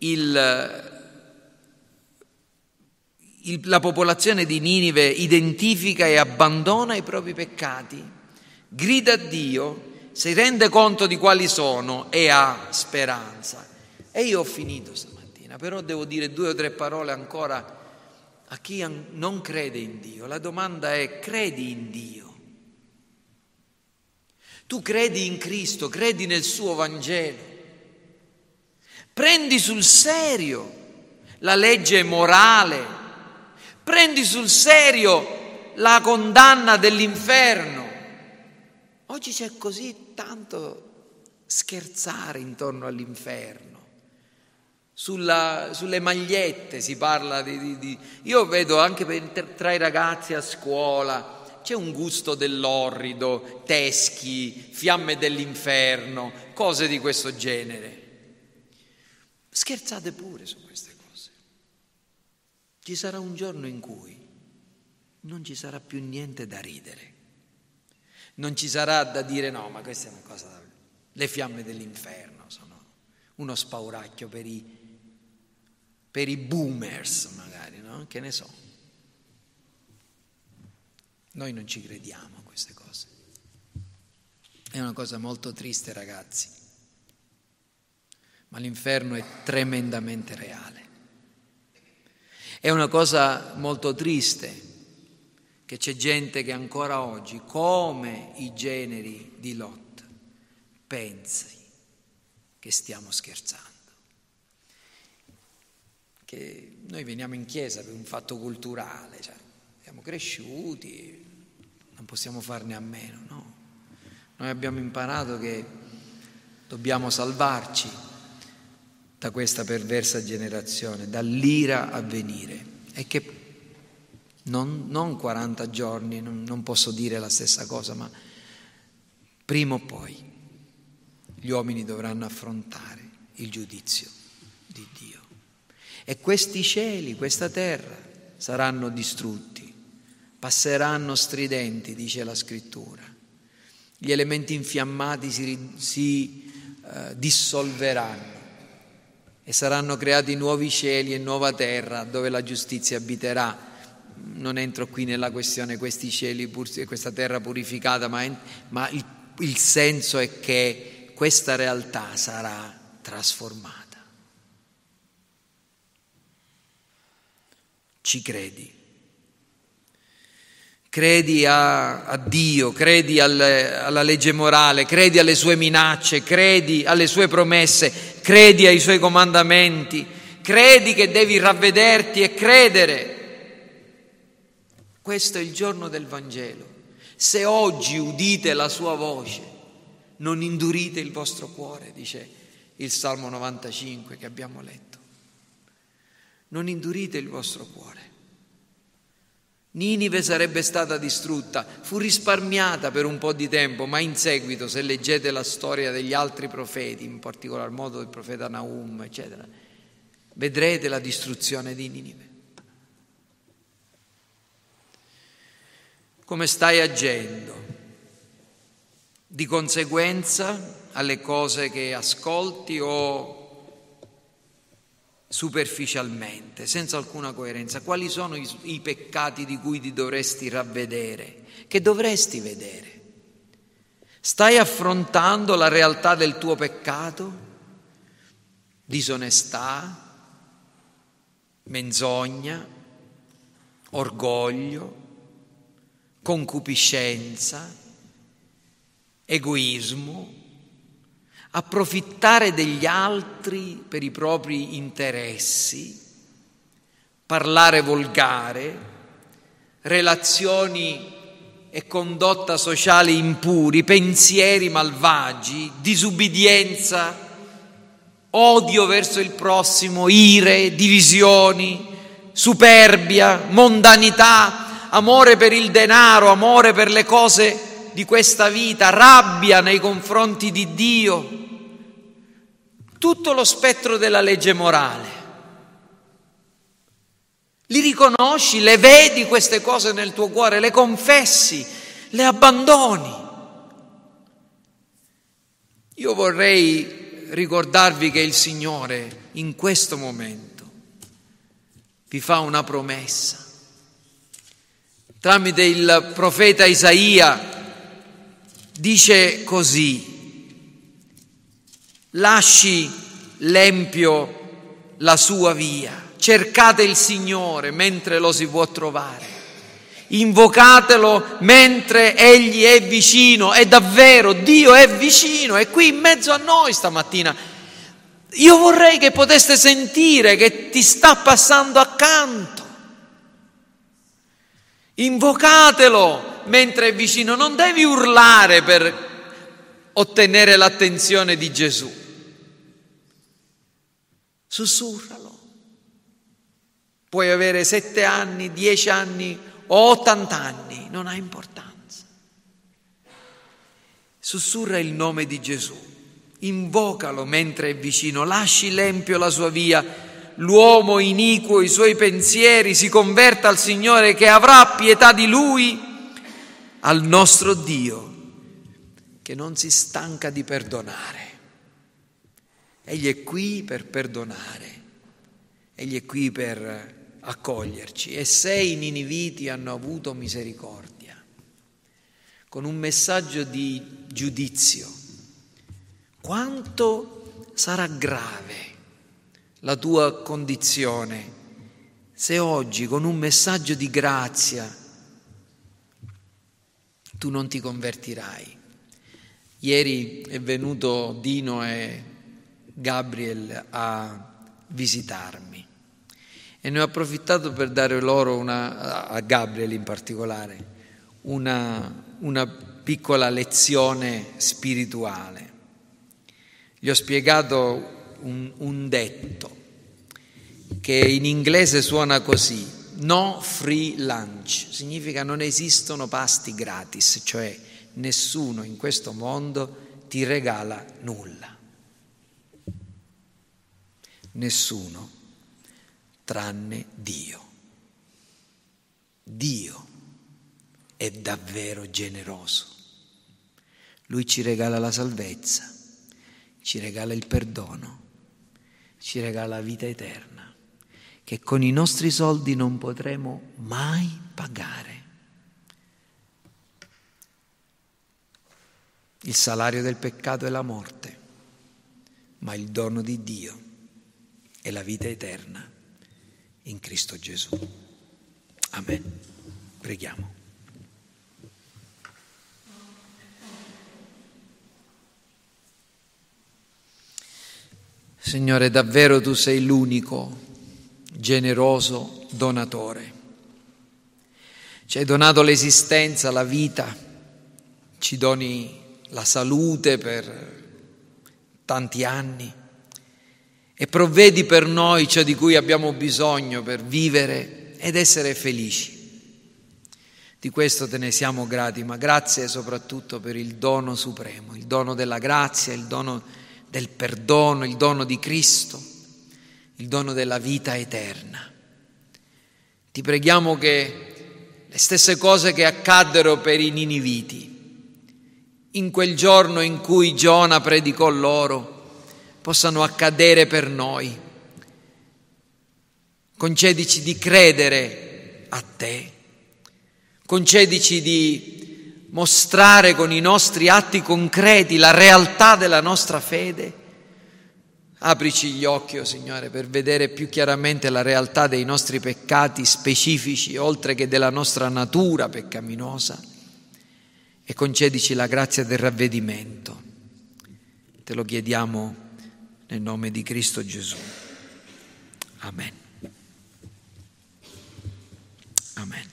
la popolazione di Ninive identifica e abbandona i propri peccati, grida a Dio, si rende conto di quali sono e ha speranza. E io ho finito stamattina, però devo dire 2 o 3 parole ancora a chi non crede in Dio. La domanda è: credi in Dio? Tu credi in Cristo, credi nel suo Vangelo? Prendi sul serio la legge morale? Prendi sul serio la condanna dell'inferno? Oggi c'è così tanto scherzare intorno all'inferno. Sulle magliette si parla di... Io vedo anche tra i ragazzi a scuola, c'è un gusto dell'orrido, teschi, fiamme dell'inferno, cose di questo genere. Scherzate pure su queste cose. Ci sarà un giorno in cui non ci sarà più niente da ridere, non ci sarà da dire: no, ma questa è una cosa, le fiamme dell'inferno sono uno spauracchio per i boomers magari, no? Che ne so. Noi non ci crediamo a queste cose. È una cosa molto triste, ragazzi, ma l'inferno è tremendamente reale. È una cosa molto triste che c'è gente che ancora oggi, come i generi di Lot, pensi che stiamo scherzando. Che noi veniamo in chiesa per un fatto culturale, cioè siamo cresciuti, non possiamo farne a meno, no? Noi abbiamo imparato che dobbiamo salvarci da questa perversa generazione, dall'ira a venire, e che non 40 giorni, non posso dire la stessa cosa, ma prima o poi gli uomini dovranno affrontare il giudizio di Dio. E questi cieli, questa terra saranno distrutti, passeranno stridenti, dice la Scrittura. Gli elementi infiammati si dissolveranno e saranno creati nuovi cieli e nuova terra dove la giustizia abiterà. Non entro qui nella questione questi cieli e questa terra purificata, ma il senso è che questa realtà sarà trasformata. Ci credi? Credi a Dio, credi alla legge morale, credi alle sue minacce, credi alle sue promesse, credi ai suoi comandamenti, credi che devi ravvederti e credere. Questo è il giorno del Vangelo. Se oggi udite la sua voce, non indurite il vostro cuore, dice il Salmo 95 che abbiamo letto. Non indurite il vostro cuore. Ninive sarebbe stata distrutta, fu risparmiata per un po' di tempo, ma in seguito, se leggete la storia degli altri profeti, in particolar modo il profeta Naum, eccetera, vedrete la distruzione di Ninive. Come stai agendo? Di conseguenza alle cose che ascolti o superficialmente, senza alcuna coerenza? Quali sono i peccati di cui ti dovresti ravvedere, che dovresti vedere? Stai affrontando la realtà del tuo peccato? Disonestà, menzogna, orgoglio, concupiscenza, egoismo, approfittare degli altri per i propri interessi, parlare volgare, relazioni e condotta sociale impuri, pensieri malvagi, disubbidienza, odio verso il prossimo, ire, divisioni, superbia, mondanità, amore per il denaro, amore per le cose di questa vita, rabbia nei confronti di Dio. Tutto lo spettro della legge morale. Li riconosci, le vedi queste cose nel tuo cuore, le confessi, le abbandoni. Io vorrei ricordarvi che il Signore in questo momento vi fa una promessa. Tramite il profeta Isaia dice così: lasci l'empio la sua via, cercate il Signore mentre lo si può trovare, invocatelo mentre Egli è vicino. E davvero Dio è vicino, è qui in mezzo a noi stamattina. Io vorrei che poteste sentire che ti sta passando accanto. Invocatelo mentre è vicino, non devi urlare per ottenere l'attenzione di Gesù. Sussurralo. Puoi avere 7 anni, 10 anni o 80 anni, non ha importanza. Sussurra il nome di Gesù, invocalo mentre è vicino, lasci l'empio la sua via, l'uomo iniquo i suoi pensieri, si converta al Signore che avrà pietà di lui, al nostro Dio che non si stanca di perdonare. Egli è qui per perdonare, Egli è qui per accoglierci. E 6 niniviti hanno avuto misericordia, con un messaggio di giudizio. Quanto sarà grave la tua condizione se oggi con un messaggio di grazia tu non ti convertirai. Ieri è venuto Dino e Gabriel a visitarmi e ne ho approfittato per dare loro a Gabriel in particolare, una piccola lezione spirituale. Gli ho spiegato un detto che in inglese suona così: no free lunch. Significa non esistono pasti gratis, cioè nessuno in questo mondo ti regala nulla. Nessuno tranne Dio. Dio è davvero generoso. Lui ci regala la salvezza, ci regala il perdono, ci regala la vita eterna, che con i nostri soldi non potremo mai pagare. Il salario del peccato è la morte, ma il dono di Dio è la vita eterna in Cristo Gesù. Amen. Preghiamo. Signore, davvero Tu sei l'unico generoso donatore. Ci hai donato l'esistenza, la vita, ci doni la salute per tanti anni e provvedi per noi ciò di cui abbiamo bisogno per vivere ed essere felici. Di questo te ne siamo grati, ma grazie soprattutto per il dono supremo, il dono della grazia, il dono del perdono, il dono di Cristo, il dono della vita eterna. Ti preghiamo che le stesse cose che accaddero per i niniviti, in quel giorno in cui Giona predicò loro, possano accadere per noi. Concedici di credere a Te, concedici di mostrare con i nostri atti concreti la realtà della nostra fede. Aprici gli occhi, oh Signore, per vedere più chiaramente la realtà dei nostri peccati specifici, oltre che della nostra natura peccaminosa, e concedici la grazia del ravvedimento. Te lo chiediamo nel nome di Cristo Gesù. Amen. Amen.